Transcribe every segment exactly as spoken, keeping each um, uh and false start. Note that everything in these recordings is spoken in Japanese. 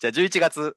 じゃあじゅういちがつ、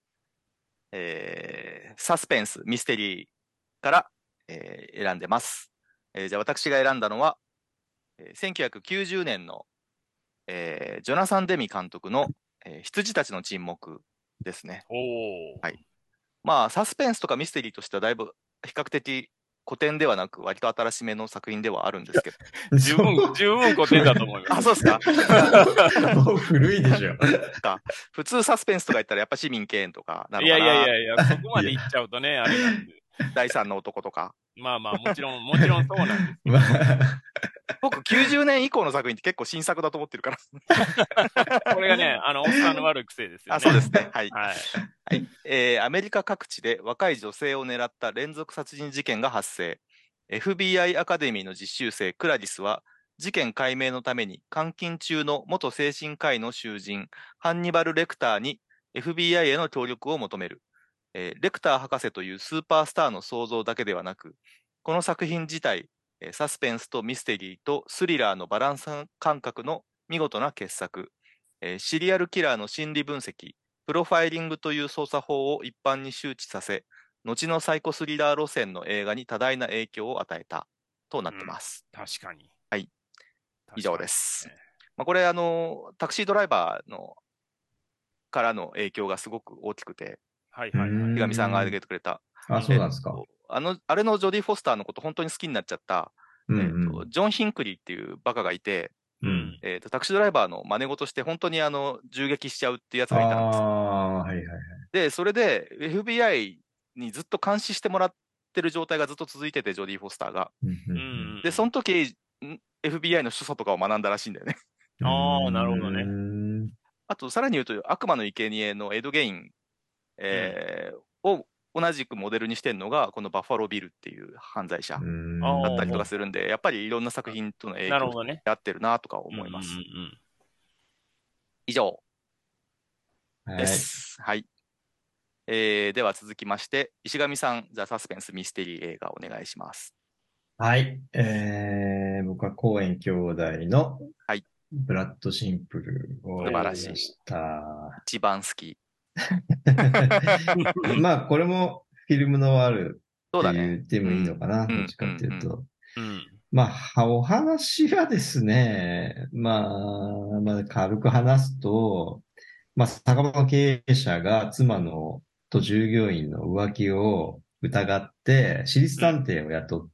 えー、サスペンス、ミステリーから、えー、選んでます。えー、じゃあ私が選んだのは、えー、せんきゅうひゃくきゅうじゅうねんの、えー、ジョナサン・デミ監督の、えー、羊たちの沈黙ですね。 おはい。まあ、サスペンスとかミステリーとしてはだいぶ比較的古典ではなく割と新しめの作品ではあるんですけど。 十分、十分古典だと思います。 あ、そうですか。 もう古いでしょ。 か普通サスペンスとか言ったらやっぱ市民権とかなのいやいかな。 やいやいや、そこまで言っちゃうとね、あれなんで。 第三の男とか。 まあまあ、もちろん、もちろんそうなんですけど。 まあ、 僕きゅうじゅうねん以降の作品って結構新作だと思ってるから。 これがね、あの、おっさんの悪い癖ですよね。 あ、そうですね。はい。 はい。 はいえーアメリカ各地で若い女性を狙った連続殺人事件が発生。エフビーアイ アカデミーの実習生クラリスは事件解明のために監禁中の元精神科医の囚人ハンニバル・レクターに エフビーアイ への協力を求める。えーレクター博士というスーパースターの創造だけではなく、この作品自体、えーサスペンスとミステリーとスリラーのバランス感覚の見事な傑作。えーシリアルキラーの心理分析、プロファイリングという操作法を一般に周知させ、後のサイコスリラー路線の映画に多大な影響を与えたとなってます。 うん、確かに。 はい。以上で確す。 かにね、 まあ、これ、あの、タクシードライバーのからの影響がすごく大きくて、 はいはいはい。 ひがみさんが挙げてくれた。 あ、そうなんですか。 えっとあの、あれのジョディ・フォスターのこと本当に好きになっちゃった、 うんえっと、 うん。 ジョン・ヒンクリーっていうバカがいて、 うん。 えっと、タクシードライバーの真似事して本当にあの、銃撃しちゃうっていうやつあがいたんです。 あ、はいはいはい。 で、それで エフビーアイ にずっと監視してもらってる状態がずっと続いてて、ジョディ・フォスターが。 うんううんん。 で、その時、ん エフビーアイ の所作とかを学んだらしいんだよね。 うん。 ああ、なるほどね。 うーんあと、さらに言うと、悪魔の生贄のエド・ゲイン、えーを同じくモデルにしてるのが、このバッファロービルっていう犯罪者うーんだったりとあかするんで、やっぱりいろんな作品との影響なるほどね。 やってるなとか思います。 うんうんうん以上ではい。 す。はい。えーでは続きまして、石上さん、ザ・サスペンス・ミステリー映画お願いします。 はい。えー、僕はコーエン兄弟のはいブラッドシンプルを選びました。 一番好き。 まあ、これもフィルムのあるってそうだね。 言ってもいいのかな、 うんどっちかっていうと。 うん。 まあ、はお話はですね、まあ、まあ、軽く話すと、まあ、酒場の経営者が妻のと従業員の浮気を疑って、私立探偵を雇って、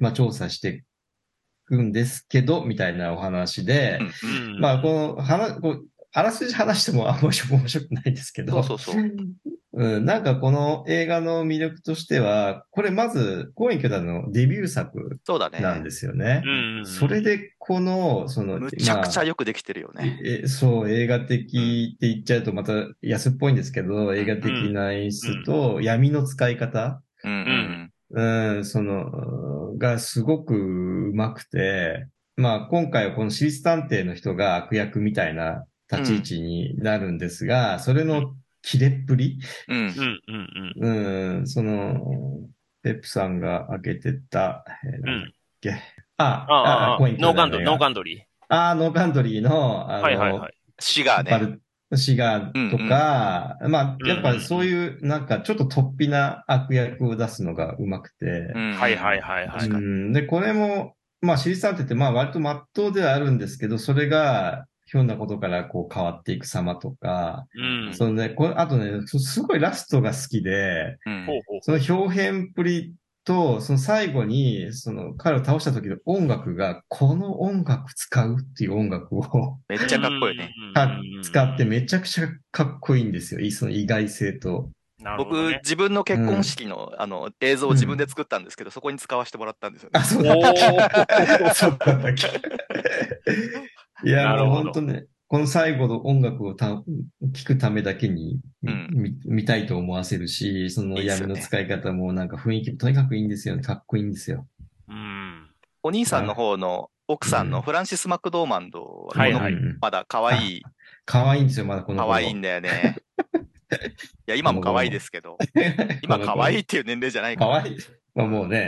まあ、調査していくんですけど、みたいなお話で、 うんうんうん。 まあ、この、話、こう、あらすじ話してもあんまり面白くないですけど、 そうそうそう。 うん、なんかこの映画の魅力としては、これまず、コーエン兄弟のデビュー作そうだね。 なんですよね。 うんうん。 それで、この、その、 むちゃくちゃまあ、 よくできてるよね。 えそう、映画的って言っちゃうとまた安っぽいんですけど、映画的な演出と闇の使い方、 うんうんうん、その、がすごく上手くて、まあ今回はこの私立探偵の人が悪役みたいな立ち位置になるんですが、それの切れっぷり、 うん。うんうんうんうん。 うん、その、ペップさんが開けてた、えーなんだっけ。あ、 ああ、 あ、 ああコイン兄ノーカンド、 弟の映画。 ノーカントリー。 あー、ノーカントリーの、あのはいはいはい。 シガーね。 バル、シガーとか、まあ、やっぱそういう、なんかちょっと突飛な悪役を出すのが上手くて、 うんはいはいはいはい。 確かに。 うんで、これも、まあ、私立探偵って、まあ、割と真っ当ではあるんですけど、それが、ひょんなことからこう変わっていく様とか、 うん。 そのね、これ、あとね、すすごいラストが好きで、 うんほうほうその表現っぷりと、その最後に、その彼を倒した時の音楽が、この音楽使うっていう音楽をめっちゃかっこいいね。 か使ってめちゃくちゃかっこいいんですよ。いいその意外性と。 僕、 なるほどね。 自分の結婚式の、あの映像を自分で作ったんですけど、そこに使わせてもらったんですよね。 あ、そうだったっけ。そうだったっけ。いや、もうなるほど本当ね、この最後の音楽をた聞くためだけに見,、 うん見たいと思わせるし、そのいいっすよね闇の使い方もなんか雰囲気もとにかくいいんですよね。かっこいいんですよ。 うん。 お兄さんの方の奥さんのフランシス・マクドーマンドは、このはいはい。 まだ可愛い、 可愛いんですよ、まだこの可頃。 愛いんだよね。いや、今も可愛いですけど、今可愛いっていう年齢じゃないから。 可愛い。まあもうね、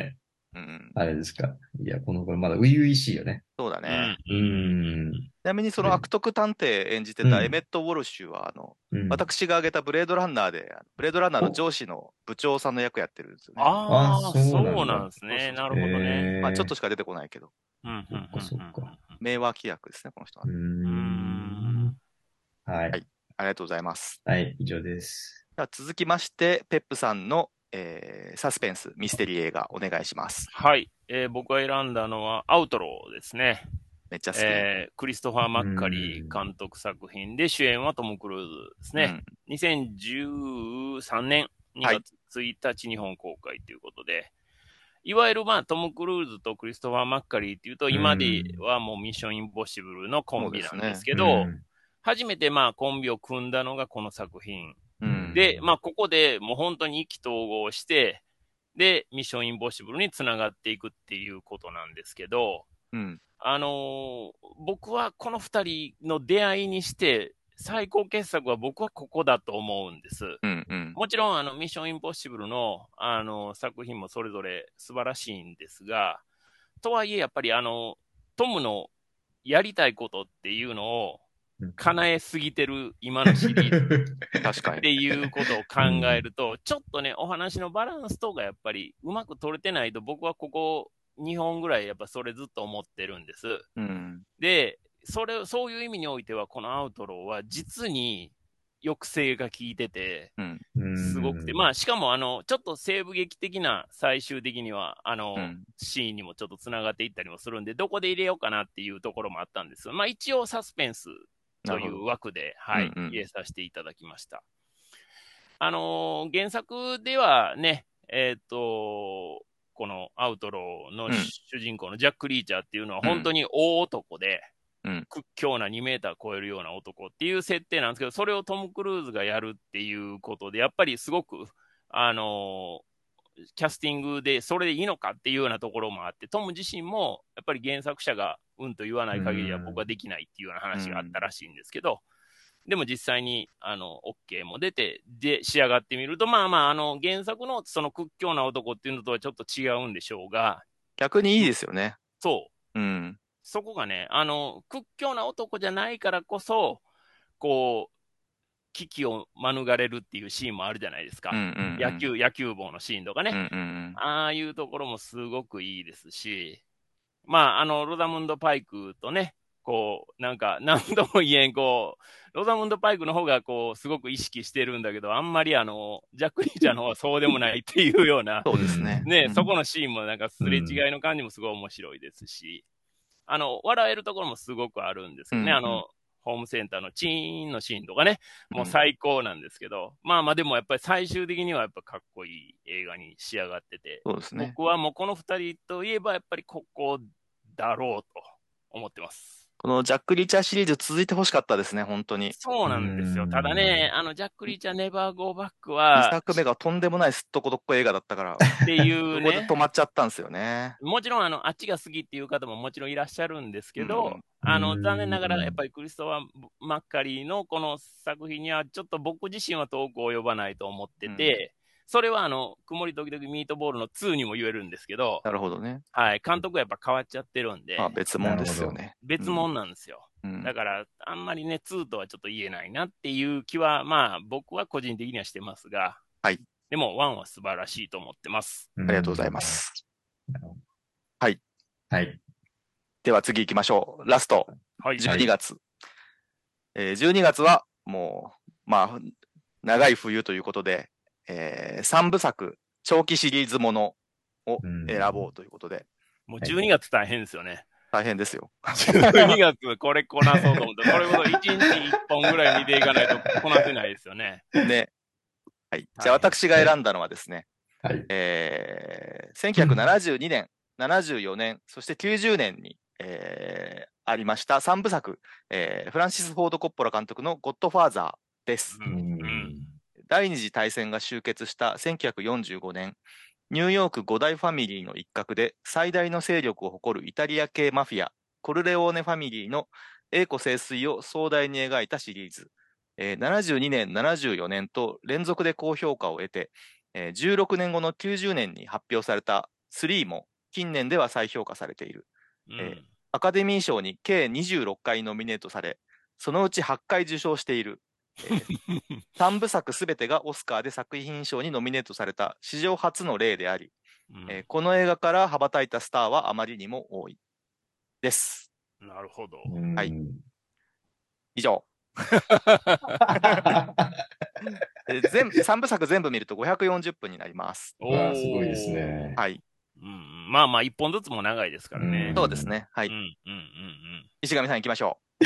うん。 あれですか。いや、この頃まだ初々しいよね。 そうだね。 うーん。 ちなみにその悪徳探偵演じてうんたエメット・ウォルシュは、あの、 うん。 私が挙げたブレードランナーで、あのブレードランナーのお、 上司の部長さんの役やってるんですよね。 あ、 ああ、 そうなそうんだ。 なんですね。 そうそうそう。 なるほどね。 まあ、ちょっえとしか出てこないけど、 うん、うん、 ー、そっかそっうん、 か。 名脇役ですね、この人はうーね。 うん。うーん。 ん。 はい。 はい。ありがとうございます。 はい、以上です。 では続きまして、ペップさんの、えーサスペンス、ミステリー映画、お願いします。 はい。えー僕が選んだのは、アウトローですね。 めっちゃ好き。 えークリストファー・マうッカリーん。 監督作品で、主演はトム・クルーズですね。 うん。 にせんじゅうさんねん2 はい。 月ついたち日本公開ということで、いわゆるまあトム・クルーズとクリストファー・マッカリーっていうと、 う今でん。 はもうミッション・インポッシブルのコそうンビなんですですね。 けど、 うん。 初めてまあコンビを組んだのがこの作品。 う。 うんん。 で、まあここでもう本当に意気投合して、で、ミッション・インポッシブルにつながっていくっていうことなんですけど、 うん。 あのー僕はこの二人の出会いにして、最高傑作は僕はここだと思うんです。 うん。うん。 もちろん、あの、ミッションインポッシブルの、あの、作品もそれぞれ素晴らしいんですが、とはいえ、やっぱりあの、トムのやりたいことっていうのを叶えすぎてる今のシリーズ確かに。 っていうことを考えると、ちょっとね、お話のバランスとかやっぱりうまく取れてないと、僕はここにほんぐらいやっぱそれずっと思ってるんです。 うん。 で、それ、そういう意味においては、このアウトローは実に抑制が効いてて、 うん。 すごくて、まあ、しかも、あの、ちょっと西部劇的な最終的には、あの、 うん。 シーンにもちょっと繋がっていったりもするんで、どこで入れようかなっていうところもあったんです。まあ、一応サスペンスといなるほど。 う枠で、はい、 うんうん入れさせていただきました。あのー原作ではね、えっ、と、このアウトローのうん主人公のジャック・リーチャーっていうのはうん本当に大男で、 うん。 屈強なにメーター超えるような男っていう設定なんですけど、それをトム・クルーズがやるっていうことで、やっぱりすごく、あのーキャスティングでそれでいいのかっていうようなところもあって、トム自身もやっぱり原作者がうんと言わない限りは僕はできないっていうような話があったらしいんですけど、でも実際に、あの、OK も出て、で、仕上がってみると、まあまあ、あの、原作のその屈強な男っていうのとはちょっと違うんでしょうが、 逆にいいですよね。 そう、 うん。 そこがね、あの、屈強な男じゃないからこそ、こう、危機を免れるっていうシーンもあるじゃないですか。 うんうん野球、野球帽のシーンとかね。 うんうんうんああいうところもすごくいいですし、まあ、あの、ロザムンド・パイクとね、こう、なんか、何度も言えん、こう、ロザムンド・パイクの方が、こう、すごく意識してるんだけど、あんまりあの、ジャック・リーチャーの方はそうでもないっていうような、 そうですね。 ね、 うんそこのシーンもなんかすれ違いの感じもすごい面白いですし、あの、笑えるところもすごくあるんですけどね、 うんあの、ホームセンターのチーンのシーンとかね、もううん最高なんですけど、まあまあでもやっぱり最終的にはやっぱかっこいい映画に仕上がってて、 そうですね。 僕はもうこの二人といえばやっぱりここだろうと思ってます。 このジャック・リーチャーシリーズ続いてほしかったですね、本当に。 そうなんですよ。ただね、あの、ジャック・リーチャー・ネバー・ゴー・バックには、 さくめがとんでもないすっとこどっこ映画だったから、 っていそうこでね止、まっちゃったんですよね。 もちろん、あの、あっちが好きっていう方ももちろんいらっしゃるんですけど、 うんあの、残念ながら、 うんやっぱりクリストファー・マッカリーのこの作品には、ちょっと僕自身は遠く及ばないと思ってて、それは、あの、曇り時々ミートボールのツーにも言えるんですけど、 なるほどね。 はい、監督がやっぱ変わっちゃってるんで、 まあ別物ですよね。 別物なんですよ。 うんだから、あんまりね、ツーとはちょっと言えないなっていう気は、まあ、僕は個人的にはしてますが、 はい。 でも、ワンは素晴らしいと思ってます。 あありがとうございま。す。はい。 はい。 では次行きましょう。ラスト、 はい。 じゅうにがつ。えーじゅうにがつはもう、まあ、長い冬ということで、えー、さんぶさく長期シリーズものを選ぼうということで、 もうじゅうにがつ大変ですよね。 大変ですよ。 じゅうにがつこれこなそうと思って、これこそいちにちいっぽんぐらい見ていかないとこなせないですよね。 ね。はい。じゃあ私が選んだのはですね、 はい。 えー、せんきゅうひゃくななじゅうにねん、ななじゅうよねん、そしてきゅうじゅうねんに、えー、ありましたさんぶさく、えー、フランシス・フォード・コッポラ監督のゴッドファーザーです。 うんうん第二次大戦が終結したせんきゅうひゃくよんじゅうごねん、ニューヨーク五大ファミリーの一角で最大の勢力を誇るイタリア系マフィア、コルレオーネファミリーの栄枯盛衰を壮大に描いたシリーズ。えー、ななじゅうにねん、ななじゅうよねんと連続で高評価を得て、えー、じゅうろくねんごのきゅうじゅうねんに発表されたスリーも近年では再評価されている。 うんえーアカデミー賞に計にじゅうろっかいノミネートされ、そのうちはちかい受賞している。えー、さんぶさくすべてがオスカーで作品賞にノミネートされた史上初の例であり、 うんえーこの映画から羽ばたいたスターはあまりにも多い。です。 なるほど。 うんはい以上。えー全さんぶさく全部見るとごひゃくよんじゅっぷんになります。 おわあ、すごいですーね。 はい。 うん、まあまあ、一本ずつも長いですからねうん。 そうですね。はうん、 い。 うん、うん、うん。 石上さん行きましょう。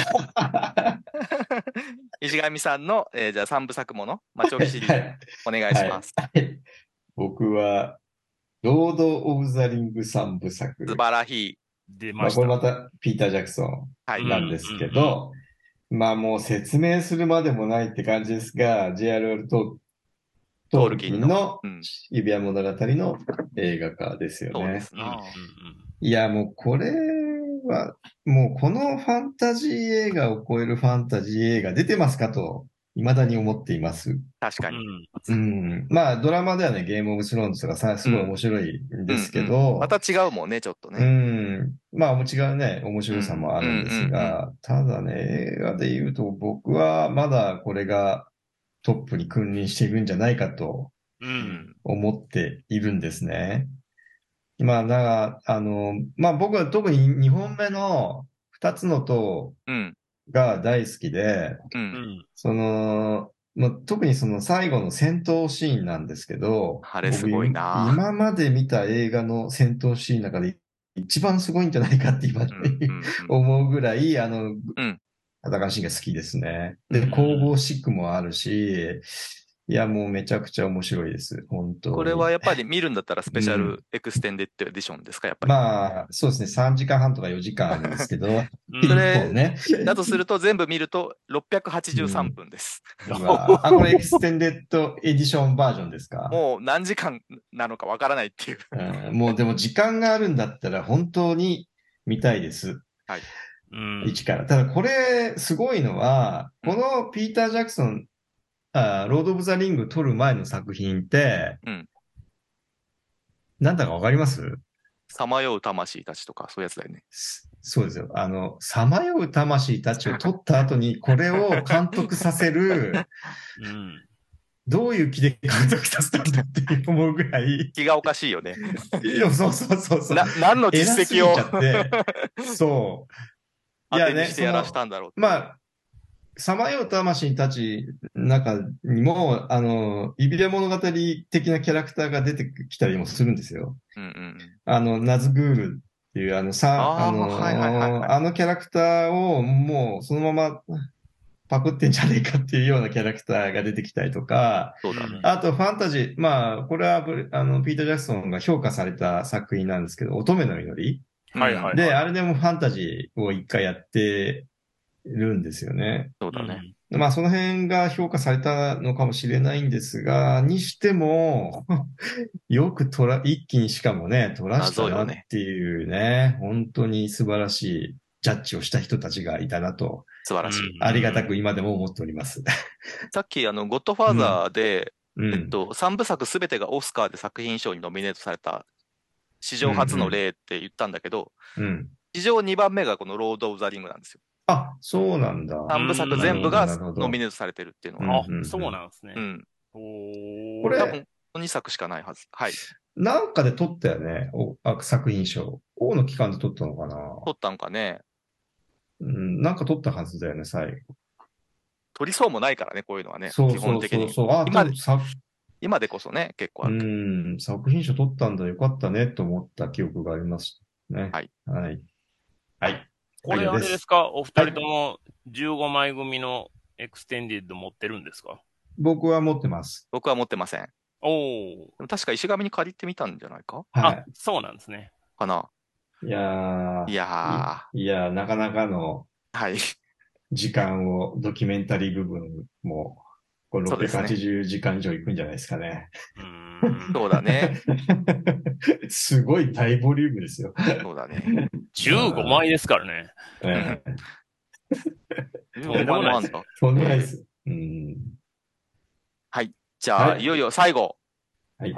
石上さんの、えーじゃあさんぶさくもの、マチョキシリーズ、 はいお願いします。 はい僕は、ロード・オブ・ザ・リング三部作。 素晴らしい。 まあ、 出ました。 これまたピーター・ジャクソンはい。 なんですけど、まあもう説明するまでもないって感じですが、ジェイアールアール トトールキンのうん指輪物語の映画化ですよね。 そうですうん、うん、うんな。 いや、もうこれは、もうこのファンタジー映画を超えるファンタジー映画出てますかと、未だに思っています。 確かに。 うん。 うん。まあ、ドラマではね、ゲームオブスローンズとかさ、すごい面白いんですけうんうんど、 また違うもんね、ちょっとうね。 ん。まあ、もちろんね、面白さもあるんですうんが、ただね、映画で言うと僕はまだこれがトップに君臨しているんじゃないかとう。 うんん。 思っているんですね。まあ、だから、あの、まあ僕は特ににほんめのふたつの塔うん。 が大好きで、 う。 うんん。 その、まあ、特にその最後の戦闘シーンなんですけど、 あれすごいな僕今まで見た映画の戦闘シーンの中で一番すごいんじゃないかって今、 うんうん思うぐらい、あの、 うん戦いシーンが好きですね。で、 うん神々しくもあるし、いや、もうめちゃくちゃ面白いです。本当に。 これはやっぱり見るんだったらスペシャうルエクステンデッドエディションですか、やっぱり。 まあ、そうですね。さんじかんはんとかよじかんあるんですけど、 うん一それ本ね。 だとすると全部見るとろっぴゃくはちじゅうさんぷんです。 うわあ、これエクステンデッドエディションバージョンですか？ もう何時間なのかわからないっていう。 うんもうでも時間があるんだったら本当に見たいです。 うん。 一から。ただこれすごいのは、 うんこのピーター・ジャクソン、あロード・オブ・ザ・リング撮る前の作品って、 うん。 なんだかわかります？ さまよう魂たちとかそういうやつだよね。 すそうですよ。あの、さまよう魂たちを撮った後にこれを監督させる、 うん。 どういう気で監督させたんだって思うぐらい、 気がおかしいよね。 いやそうそうそうそう。 な、何の実績を偉すぎちゃって、そう。 当てにしてやらしたんだろうって。 まあ、さまよう魂たちの中にも、あの、イビリア物語的なキャラクターが出てきたりもするんですよ。 うんうんあの、ナズグールっていう、あの、さ、 あーあの、 はいはいはいはいあのキャラクターをもうそのままパクってんじゃねえかっていうようなキャラクターが出てきたりとか、 そうだね。 あとファンタジー、まあ、これはブあの、ピーター・ジャクソンが評価された作品なんですけど、乙女の祈り。 はいはい。 で、あれでもファンタジーを一回やってるんですよね。 そうだね。 まあ、その辺が評価されたのかもしれないんですが、にしても、よく取ら、一気にしかもね、取らしたなっていうね、本当に素晴らしいジャッジをした人たちがいたなと、 素晴らしい。 ありがたく今でも思っております。 さっきあの、ゴッドファーザーで、 うん。 えっと、さんぶさくすべてがオスカーで作品賞にノミネートされた史上初の例って言ったんだけど、 うん。 史上にばんめがこのロード・オブ・ザ・リングなんですよ。 あ、そうなんだ。 さんぶさく全部がなるほどノミネートされてるっていうのは。 あ、そうなんですねう。ん。 おーこれ多分、にさくしかないはず。はい。 なんかで撮ったよね、おあ作品賞。王の期間で撮ったのかな？ 撮ったんかね。 うん、なんか撮ったはずだよね、最後。 撮りそうもないからね、こういうのはね。 そう基本的に。 そうそうそう。あ、 今でもさ、 今でこそね、結構あうるけど。 ん、作品賞取ったんだ、よかったね、と思った記憶がありますね。 はい。 はい。はい。 これあ以上ですれですか、お二人ともじゅうごまい組のエクステンディッド持ってるんですか？ 僕は持ってます。 僕は持ってません。 おお。 でも確か石上に借りてみたんじゃないかはあ、そうなんですね。 かな。 い。いやー。 いやいいやー、なかなかのー。はい。 時間を、ドキュメンタリー部分も、これそうですねろっぴゃくはちじゅうじかん以上いくんじゃないですかね。 うーん。 そうだね。 すごい大ボリュームですよ。 そうだね。 じゅうごまいですからね。 ええとんでもないですだ。 とんでもないです。うん。 はい。じゃあ、 はいいよいよ最後。 はい。 はい。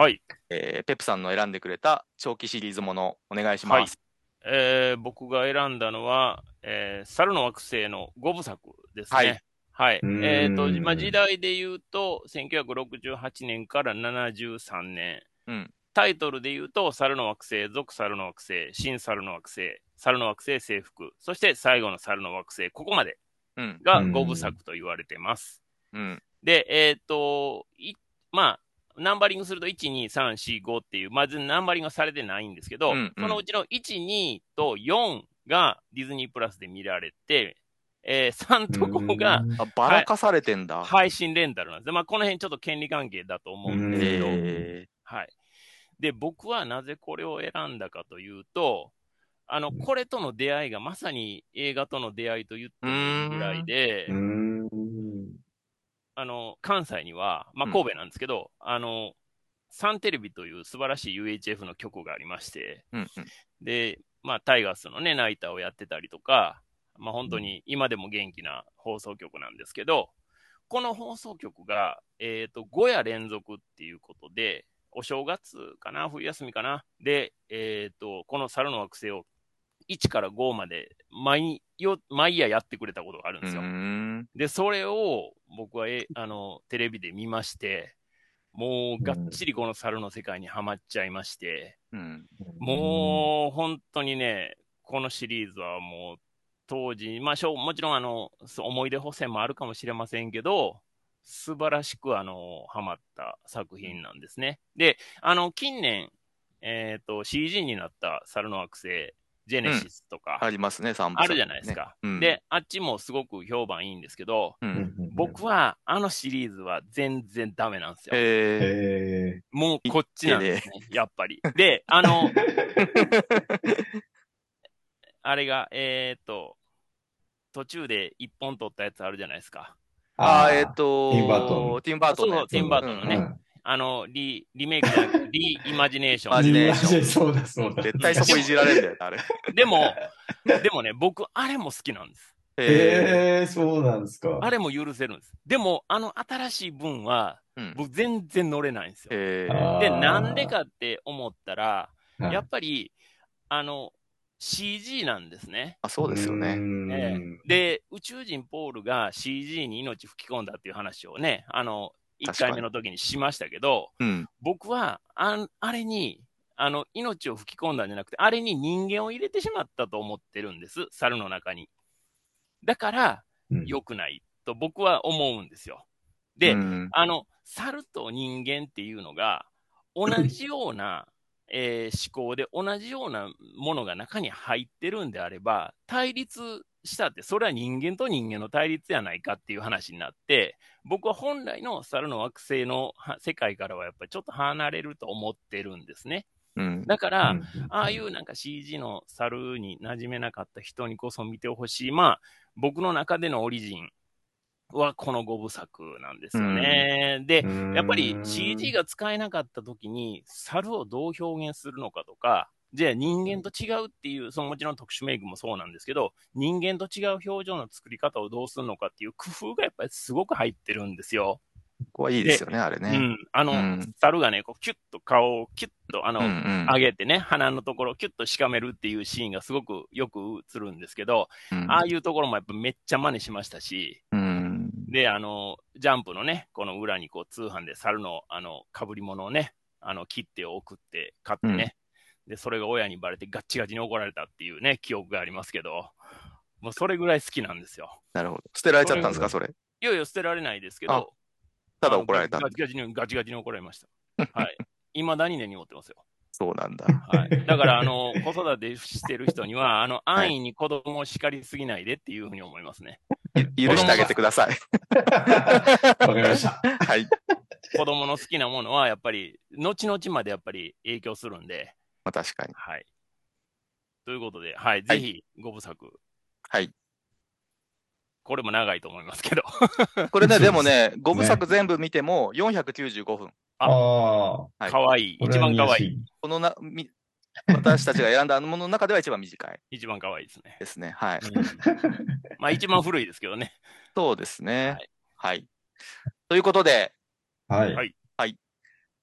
えーペプさんの選んでくれた長期シリーズもの、お願いしはいます。 えー僕が選んだのは、えー猿の惑星のごぶさくですはいね。はい。 うーんえっと、まあ、時代で言うと、せんきゅうひゃくろくじゅうはちねんからななじゅうさんねん。 うん。 タイトルで言うと、猿の惑星、続猿の惑星、新猿の惑星、猿の惑星征服、そして最後の猿の惑星、ここまでうん。 がごぶさくと言われてます。 うん。 で、えっ、と、いまあ、ナンバリングするといち、に、さん、よん、ごっていう、まずナンバリングはされてないんですけど、 うんうんそのうちのいち、にとよんがディズニープラスで見られて、えー、さんとごがうーんあ、ばらかされてんだ。 配信レンタルなんです。でまあ、この辺ちょっと権利関係だと思うんですけど、 えはい。で、僕はなぜこれを選んだかというと、あの、これとの出会いがまさに映画との出会いと言ってもいいぐらいでうー、ん。 あの、関西には、まあ、 うん神戸なんですけど、あの、サンテレビという素晴らしい ユーエイチエフ の曲がありまして、 ー。うんで、まあ、タイガースのね、ナイターをやってたりとか、まあ、本当に今でも元気な放送局なんですけど、この放送局が、えっ、と、ご夜連続っていうことで、お正月かな、冬休みかな、で、えっ、と、この猿の惑星をいちからごまで毎よ毎夜やってくれたことがあるんうん。うですよ。 ーん。 で、それを僕はえあのテレビで見まして、もうがっちりこの猿の世界にはまっちゃいまして、 うん。 もう本当にね、このシリーズはもう当時、まあしょうもちろんあのそう思い出補正もあるかもしれませんけど、素晴らしくあのハマった作品なんですね。で、あの近年、えっ、と シージー になった猿の惑星、ジェネシスとか、 ありますね、三部作ねあるじゃないですか。 うん。 で、あっちもすごく評判いいんですけど、 う。 うんん僕はあのシリーズは全然ダメなんですよ。 えへもうこっちなんですね、やっぱり。で、あの、あれが、えーっと、途中で一本取ったやつあるじゃないですか。 ああ、えっ、 ーとティンバートン。 ティンバートンのやつ。 そうそうティンバートンのねうんあの、リ、リメイクじゃなくて、リイマジネーション。 マジネーションそうだそうだ。 絶対そこいじられんだよ、あれ。 でも、でもね、僕、あれも好きなんです。 えへえ、そうなんですか。 あれも許せるんです。でも、あの新しい分は、 ー。うん。 僕全然乗れないんですよ。 えー。 あーで、なんでかって思ったら、 はいやっぱり、あの、シージー なんですね。 あ、そうですよね。 うーんええで、宇宙人ポールが シージー に命吹き込んだっていう話をね、あの、いっかいめの時にしましたけど、 うん。 僕はあん、あれに、あの、命を吹き込んだんじゃなくて、あれに人間を入れてしまったと思ってるんです、猿の中に。だから、 うん良くないと僕は思うんですよ。で、 うん。 あの、猿と人間っていうのが、同じような、えー思考で同じようなものが中に入ってるんであれば、対立したって、それは人間と人間の対立やないかっていう話になって、僕は本来の猿の惑星のは世界からはやっぱりちょっと離れると思ってるんですね。 うん。 だから、 うんああいうなんか シージー の猿に馴染めなかった人にこそ見てほしい。まあ、僕の中でのオリジンはこのごぶ作なんですよね。で、やっぱり シージー が使えなかった時に猿をどう表現するのかとか、じゃあ人間と違うっていう、そのもちろん特殊メイクもそうなんですけど、人間と違う表情の作り方をどうするのかっていう工夫がやっぱりすごく入ってるんですよ。 ここはいいですよね、あれね。 うん。あの、 うん猿がね、こうキュッと顔をキュッと、あの、 うんうん上げてね、鼻のところをキュッとしかめるっていうシーンがすごくよく映るんですけど、 うんああいうところもやっぱめっちゃ真似しましたし、 うん。 で、あの、ジャンプのね、この裏にこう通販で猿のあの被り物をね、あの切って送って買ってね、で、それが親にバレてガッチガチに怒られたっていうね、記憶がありますけど、もうそれぐらい好きなんですよ。 なるほど。捨てられちゃったんですか、それ。 いよいよ捨てられないですけあど、 ただ怒られたあのガチガチに、ガチガチに怒られました。はい。未だに根に持ってますよ。 そうなんだ。 はい。だから、あの、子育てしてる人には、あの、安易に子供を叱りすぎないでっていうふうに思いますね。 ゆ許してあげてください。 わかりました。 はい。 子供の好きなものは、やっぱり、後々までやっぱり影響するんで、 まあ確かに。 はい。ということで、はい。ぜひ、ごぶ作。 はい。 これも長いと思いますけど。 これね、 そうですでもね、ごぶ作全部見てもよんひゃくきゅうじゅうごふん。 ああ、 はいかわいい。 これは一番かわいい。 見やすい。 このな、み私たちが選んだものの中では一番短い一番かわいいですね。 ですね。はい。 うんまあ、一番古いですけどね。 そうですね。 はいはい。ということで、 はい。 はい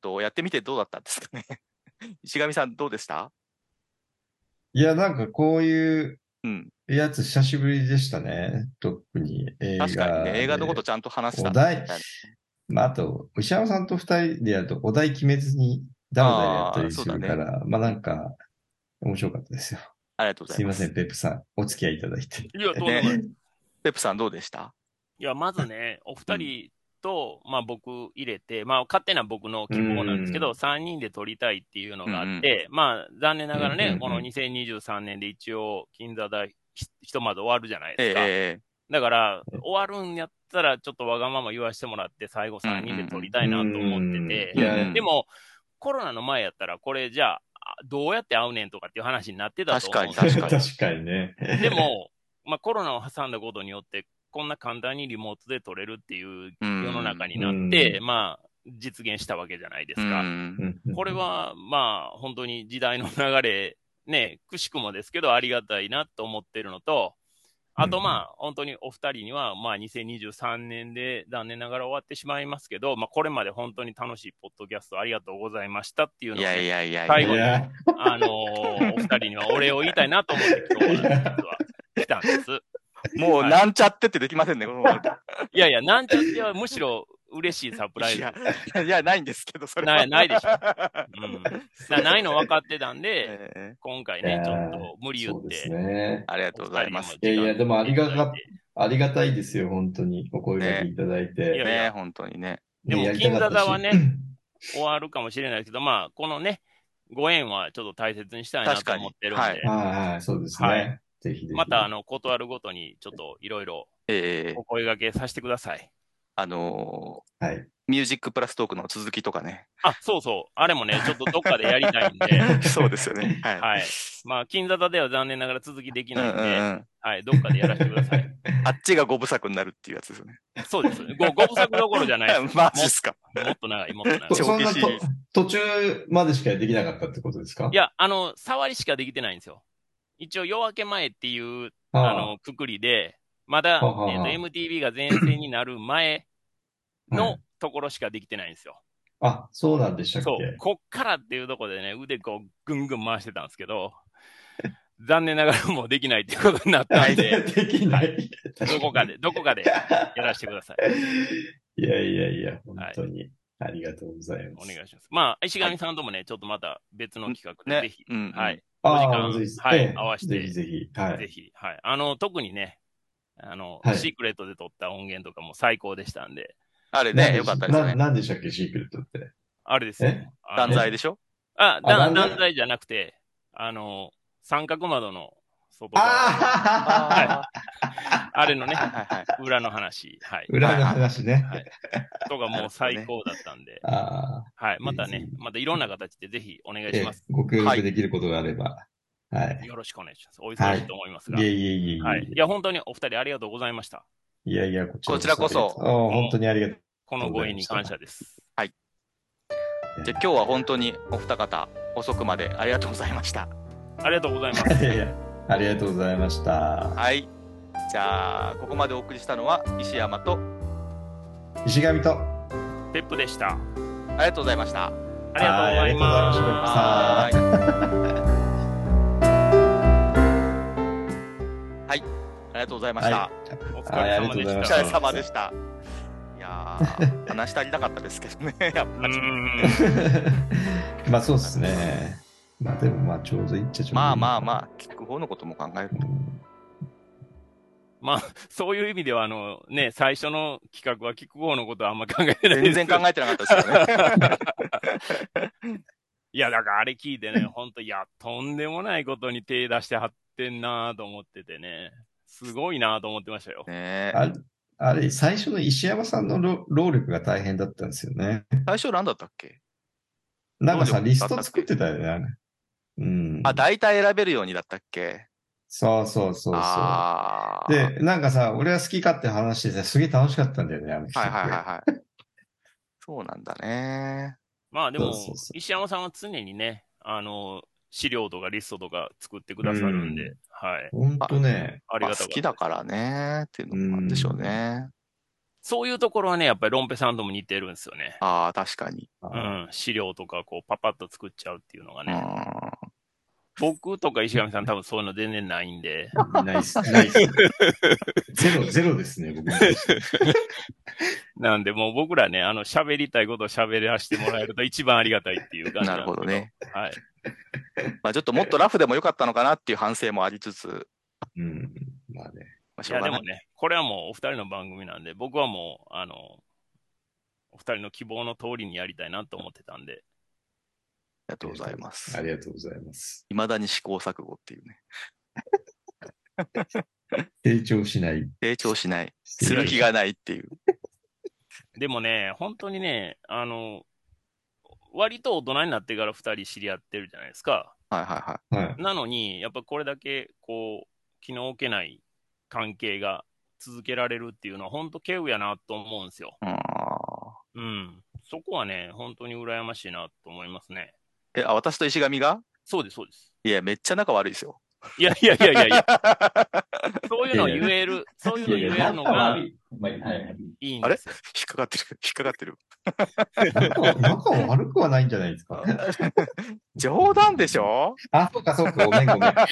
と、やってみてどうだったんですかね。石上さんどうでした？ いや、なんかこういううん。 やつ久しぶりでしたね。特に映確かにね、 画映画のことで。 ちゃんと話したお題みたいな。、 まあ、あと、石山さんと二人でやるとお題決めずにダラダラやったああ、 りすそうだね。 るから、まあなんか面白かったですよ。 ありがとうございます。 すいません、ペップさん。お付き合いいただいて。 いや、とんでもない。 ね、ペップさんどうでした？ いや、まずね、お二うん。 人と、まあ僕入れて、まあ勝手な僕のう希望なんですけど、 ん。 さんにんで撮りたいっていうのうんうん。 があって、まあ残念うん、 ながらね、このうん、 にせんにじゅうさんねんで一応、金座大ひひとまず終わるじゃないでええ、 すか。 ええ、 だから、 うん。 終わるんやったら、ちょっとわがまま言わせてもらって、最後うんうさんにんで撮りんたういなと思ってん。 て、 いや、 うん。うんうん。 でも、コロナの前やったら、これじゃあ、あどうやって会うねんとかっていう話になってたと確か思うんですよ。 に確かに。 確かにね。 でも、まあ、コロナを挟んだことによって、こんな簡単にリモートで撮れるっていうう世の中ん。 にうなって、 ん。 まあ、実現したわけじゃないでうすか。 ん。 これは、まあ、本当に時代の流れ、ね、くしくもですけど、ありがたいなと思ってるのと、あとまあ、本当にお二人には、まあ、にせんにじゅうさんねんで残念ながら終わってしまいますけど、まあ、これまで本当に楽しいポッドキャストありがとうございましたっていうのをね、 いやいやいやいや。 最後に、 いや、 あのーお二人にはお礼を言いたいなと思って今日は、実は来たんです。 もうはいなんちゃってってできませんね、このまま。 いやいや、なんちゃってはむしろ嬉しいサプライいやズですよ。、 いや、ないんですけど、それは。 ない、ないでしょ。うん。なないの分かってたんで、 ええ、 い今回ね、ちょっや、 と無理言っそうですて、 ね。 ありがお二とうございます。 人にも時間いやいや、でもありがか、 いただいて。 ありがたいですよ、本当に。お声掛けねいただいいて。 やいや、 ね本当にね。 でね、やりたも金座かったし。 座はね、終わるかもしれないけど、まあ、このね、ご縁はちょっと大切にしたいなと思っ確かに。はい。 てるんで、 はいはい、そうですはい。 ね。ぜひぜひ。 また、あの、断るごとに、ちょっといろいろええ、 お声掛けさせてください。 あのはい。 ーミュージックプラストークの続きとかね。 あ、そうそう。あれもね、ちょっとどっかでやりたいんで、 そうですよね。はい。 はい。まあ、金座座では残念ながら続きできうんうんないんで、 うん。 はい、どっかでやらせてください。 あっちがごぶさくになるっていうやつですよね。 そうです。ご、ごぶさくどころじゃないです。 マジっすか。 も、もっと長い、もっと長い。 そそんなと長期シリーズ途中までしかできなかったってことですか？ いや、あの、触りしかできてないんですよ。一応、夜明け前っていう、 はあの、くくりで、まだ、 はあはあえっと、 はあエムティービー が全盛になる前のはい。 ところしかできてないんですよ。 あ、そうなんでしたっそう。 け？ こっからっていうところでね、腕こう、ぐんぐん回してたんですけど、残念ながらもうできないっていうことになったんで、 できない。 どこかで、どこかでやらせてください。 いやいやいや、本当にありがとうございます。 お願いします。まあ、石上さんともね、ちょっとまた別の企画でぜひ、 ね。うんうん。 はい。お時ああ、 間ぜひ、 はいええ合わせてぜひぜひ、はい。 ぜひ、はい。あの、特にね、あの、 はいシークレットで撮った音源とかも最高でしたんで、 あれね、 なんでよかったですよな、 ね。 なんでしたっけ、シークレットって。 あれですよ。 えあの断罪でしょ？ あ、 あだ断罪断罪じゃなくて、あの、三角窓の外側。 あああれのね、 はいはいはい。 裏の話、はい。 裏の話ね。 はい。とかもう最高だったんで、 ああ、 はい。またぜひぜ、 ねまたいろんな形でぜひお願いええします。 ご協力できることがあれば。はい。 よろしくお願いします。お忙しいと思いますが。 いえいえいえいえ。 はい。いや、本当にお二人ありがとうございました。 いやいや、こちらこちらこそありがとうああ本当にありがとう。 このご縁に感謝です。 じゃあ今日は本当にお二方遅くまでありがとうございました。 ありがとうございます。 いやいや、ありがとうございました。 はい。じゃあここまでお送りしたのは石山と石上と、 ペップでした。 ありがとうございました。 ありがとうございます。 はいありがとうございましたはーい。はい。ありがとうございました。 はいお疲はい、ありがとうございれ様でした。 おました。 疲れ様でした。いやー、話し足りなかったですけどね、やっうぱり。 ーん。 まあそうですね。まあでもまあちょうどいいっちゃちょうどいい。 まあまあまあ、聞く方のことも考えると。 うんまあ、そういう意味では、あの、ね、最初の企画は聞く方のことはあんま考えてないです。 全然考えてなかったですよね。 いや、だからあれ聞いてね、ほんと、いや、とんでもないことに手出してはってんなと思っててね、すごいなと思ってましたよ。 ねえあれ、あれ最初の石山さんの労労力が大変だったんですよね。 最初何だったっけ？ なんかさ、 労力リスト作ってたよね、あれ。うん。 あ、大体選べるようにだったっけ？ そうそうそうそあう。 ー。 で、なんかさ、俺は好き勝手話してて、すげえ楽しかったんだよね、あのはいはいはい企画。 はい。そうなんだね。 まあでも、 そうそうそう石山さんは常にね、あの、資料とかリストとか作ってくださるんで、 うんはい。 ほんとね、 ありがたかったです。 まあ好きだからねっていうのもあるんでしょうね。 そういうところはね、やっぱりロンペさんとも似てるんですよね。 ああ、確かに。 うあん。資料とかこうパパッと作っちゃうっていうのがうね。 ん。 僕とか石上さん多分そういうの全然ないんで。 ーナイス、ナイス。ゼロ、ゼロですね、僕に対して。 なんでもう僕らね、あの喋りたいことを喋らせてもらえると一番ありがたいっていう感じななんですけど。 るほどね。 はい。 まあちょっともっとラフでもよかったのかなっていう反省もありつつ、 うん。まあね。 まあ、しいょうがない。 やでもね、これはもうお二人の番組なんで、僕はもう、あの、お二人の希望の通りにやりたいなと思ってたんで。 ありがとうございまあす。 りがとうございます。 未だに試行錯誤っていうね。 成長しない。 成長しない。 成長する気がないっていう。 でもね、本当にね、あの、割と大人になってから二人知り合ってるじゃないですか。 はいはいはい。 はい。 なのに、やっぱこれだけ、こう、気の置けない関係が続けられるっていうのは、本当稀有やなと思うんですよ。 あーうん。そこはね、本当に羨ましいなと思いますね。 え、あ、私と石上がそうです、そうです。 いや、めっちゃ仲悪いですよ。 いやいやいやいやいや、そういうのを言える、そういうのをいやいや、 言えるのが仲悪い。まあ、はいはい。 あれいいんですよ。 引っかかってる。引っかかってる。 仲、仲悪くはないんじゃないですか。 冗談でしょあ、そうかそうか、ごめんごめん。だ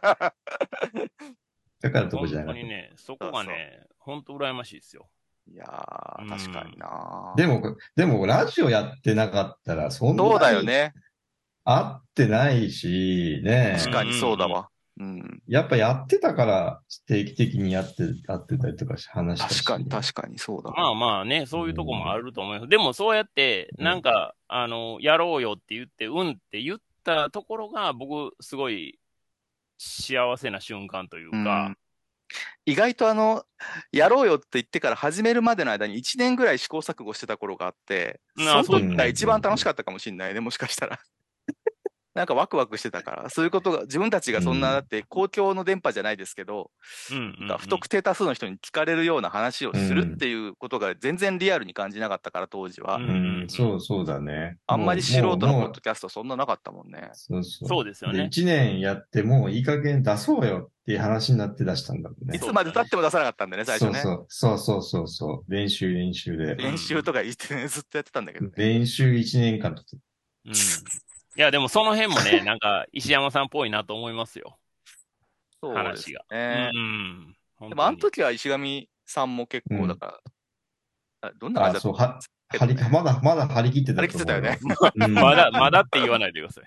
からとこ本じゃなかった。 当にね、そこがね、本当羨ましいですよ。 いやー、確かにな。 でも、でも、ラジオやってなかったら、そんそうだなによね。 会ってないし、ね確かにそうだわ。うん。 やっぱやってたから、定期的にやって、会ってたりとかし話したし。 確かに確かにそうだまあわ。 まあね、そういうとこもあると思います。でもそうやって、 うんなんか、あの、やろうよって言って、うんって言ったところが、僕、すごい幸せな瞬間といううかん、意外とあの、やろうよって言ってから始めるまでの間にいちねんぐらい試行錯誤してた頃があって、 うんそのそう時が一番楽しかったかもしれないね、もしかしたら。なんかワクワクしてたから、そういうことが、自分たちがそんな、 うんだって公共の電波じゃないですけど、 うんうんうんなんか不特定多数の人に聞かれるような話をするっていうことが全然リアルに感じなかったから、当時は。 うんうん、そうそうだね。 あんまり素人のポもうッドキャストそんななかったもんね。 そうそう。 そうですよね一年やってもういい加減出そうよっていう話になって出したんだもんね。 いつまで経っても出さなかったんだね、最初ね。 そうそう、そうそうそう。練習練習で。 練習とか言ってね、ずっとやってたんだけどね。 練習一年間と。 うん。いや、でもその辺もね、なんか、石山さんっぽいなと思いますよ。 そうです話が。 ねう。ん。本でもあの当に。 時は石上さんも結構だから、あどんな感じあ、そう、 だったは、張り、まだ、まだ張り切ってたと思うよ。 張り切ってたよね。 まだ、まだって言わないでください。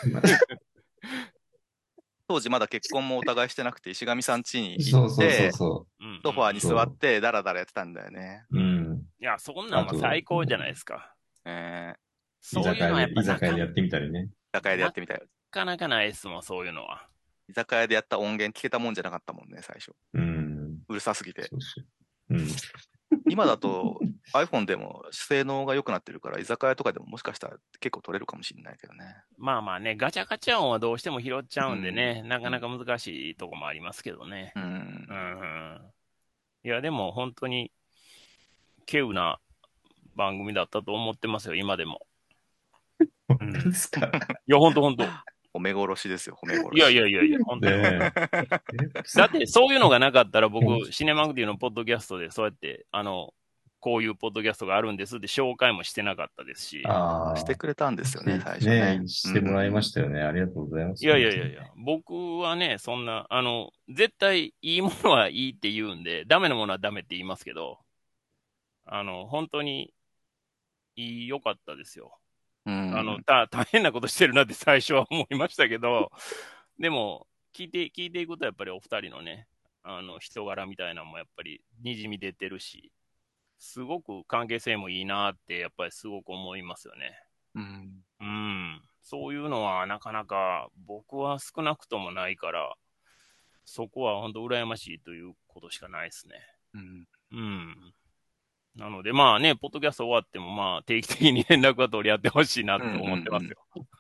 当時まだ結婚もお互いしてなくて、石上さん家に行っそうそうそうて、 そうんソファーにそう座ってダラダラやってたんだよね。 う。うん。 いや、そんなんは最高じゃないですか。 え居そういうのはやっ酒屋で、 ぱなか居酒屋でやってみたりね。 ー、居酒屋でやってみたよ。 なかなかないですもん、そういうのは。 居酒屋でやった音源聞けたもんじゃなかったもんね、最初。 うん。 うるさすぎて。 そうそう。うん。 今だと iPhone でも性能が良くなってるから、居酒屋とかでももしかしたら結構取れるかもしれないけどね。 まあまあね、ガチャガチャ音はどうしても拾っちゃうんでね、なかなか難しいとこもありますけどね。 うん。 うんうん。いや、でも本当に、稀有な番組だったと思ってますよ、今でも。 本当ですか。 いや、本当本当。 褒め殺しですよ、褒め殺し。 いやいやいやいや、本当に。 ねだって、そういうのがなかったら僕、シネマグディのポッドキャストで、そうやって、あの、こういうポッドキャストがあるんですって紹介もしてなかったですし。 ああ。 してくれたんですよね、最初ね。 ねしてもらいましたよね。ありがとうございます。 いやいやいやいや、僕はね、そんな、あの、絶対いいものはいいって言うんで、ダメなものはダメって言いますけど、あの、本当に、いい、良かったですよ。 うん。 あの、た、大変なことしてるなって最初は思いましたけど、でも、聞いて、聞いていくとやっぱりお二人のね、あの、人柄みたいなのもやっぱり滲み出てるし、すごく関係性もいいなってやっぱりすごく思いますよね。 うん。 うん。そういうのはなかなか僕は少なくともないから、そこは本当羨ましいということしかないですね。 うん。 うん。なのでまあね、ポッドキャスト終わってもまあ定期的に連絡は取り合ってほしいなと思ってますよ。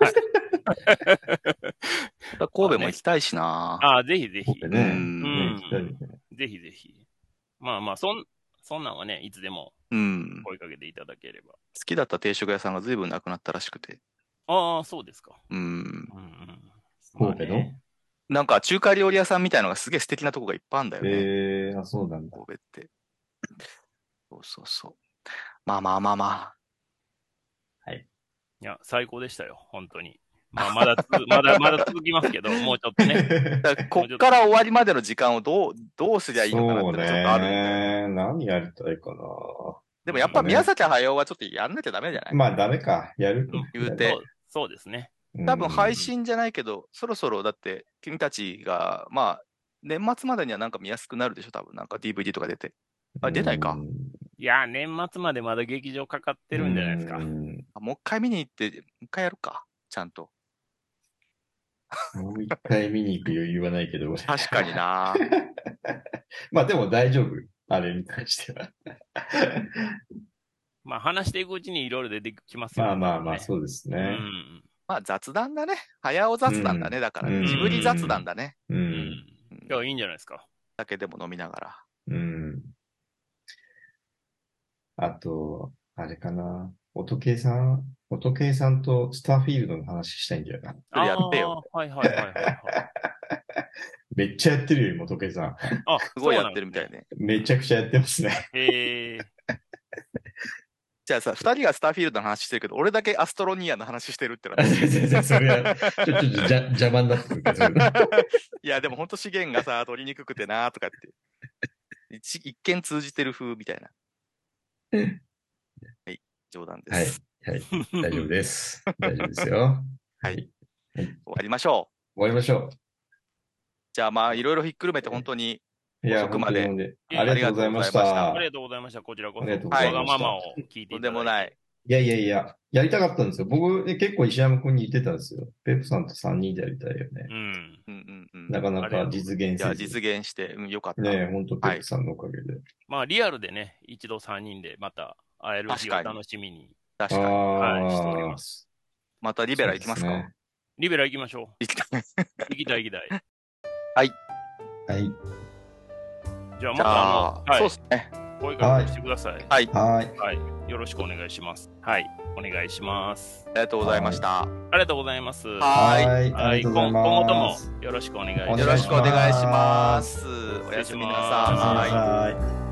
神戸も行きたいしな。 ああ、ぜひぜひ。 ね。 うんね行きたいねぜひぜひ。まあまあ、そん、そんなんはね、いつでもうん。好声かけていただければ。 きだった定食屋さんが随分なくなったらしくて。 ああ、そうですか。 うん。 うんうん。 神戸のまあねなんか中華料理屋さんみたいのがすげえ素敵なとこがいっぱいあるんだよね。 ええー、あ、そうなんだ。 神戸って。 そうそうそう。まあまあまあまあ。 いや、最高でしたよ、本当に。まあ、まだつ、まだ、まだ続きますけど、もうちょっとね。 だからこっから終わりまでの時間をどう、どうすりゃいいのかなってそうのがちょっとあるんだよ。 ね。何やりたいかな。 でもやっぱ宮崎駿はちょっとやんなきゃダメじゃない？ まあダメか。やるうん言うてそう、そうですね。 多分配信。 信じゃないけど、そろそろだって君たちが、まあ、年末までにはなんか見やすくなるでしょ、多分なんか ディーブイディー とか出て。あ、出ないか。 いや、年末までまだ劇場かかってるんじゃないですか。 うんあもう一回見に行って、もう一回やるか、ちゃんと。 もう一回見に行く余裕はないけど。 確かにな。 まあでも大丈夫。あれに関しては。 まあ話していくうちにいろいろ出てきますよね。 まあまあまあ、 ねそうですね。 うん。 まあ雑談だね。早尾雑談だね。だから、 うんジブリ雑談だね。 う。 うんん。いや、いいんじゃないですか。 酒でも飲みながら。 うん。あと、あれかな。音計さん、音計さんとスターフィールドの話したいんだよな。 それやってよ。 あーはいはいはいはい、はい。 めっちゃやってるよ、音計さん。 あ、 すごいやってるみたいね。 めちゃくちゃやってますね。 へえ。 じゃあさ、二人がスターフィールドの話してるけど、俺だけアストロニアの話してるってのは全然それは、ちょ、ちょっとじゃ邪魔になってくるから、それいや、でも本当資源がさ、取りにくくてなとかって。一一見通じてる風みたいな。はい、冗談です。 はい、はい、大丈夫です。大丈夫ですよ。 はい。終わりましょう。終わりましょう。 じゃあまあ、いろいろひっくるめて本当に遅くまで。 ありがとうございました。 ありがとうございました。こちらこそ。 わがままを聞いていただいて。 とんでもない。 いやいやいや、やりたかったんですよ。僕、ね、結構石山くんに言ってたんですよ。ペプさんとさんにんでやりたいよね。 うん。うんうんうん。 なかなか実現せず。 いや、実現して、うん、よかった。 ねえ、ほんとペプさんのおかげで。 まあ、リアルでね、一度さんにんでまた会える日を楽しみに。 確かに。 はい、しております。 またリベラ行きますか？ リベラ行きましょう。 行きたい。 行きたい行きたい。 はい。 はい。 じゃあ、またあの、 そうですね。 声かけしてください。 はい。 はい。 はい。よろしくお願いします。はい。お願いします。 ありがとうございました。 ありがとうございます。 はい。 はい。今後ともよろしくお願いします。 よろしくお願いします。おやすみなさい。 はい。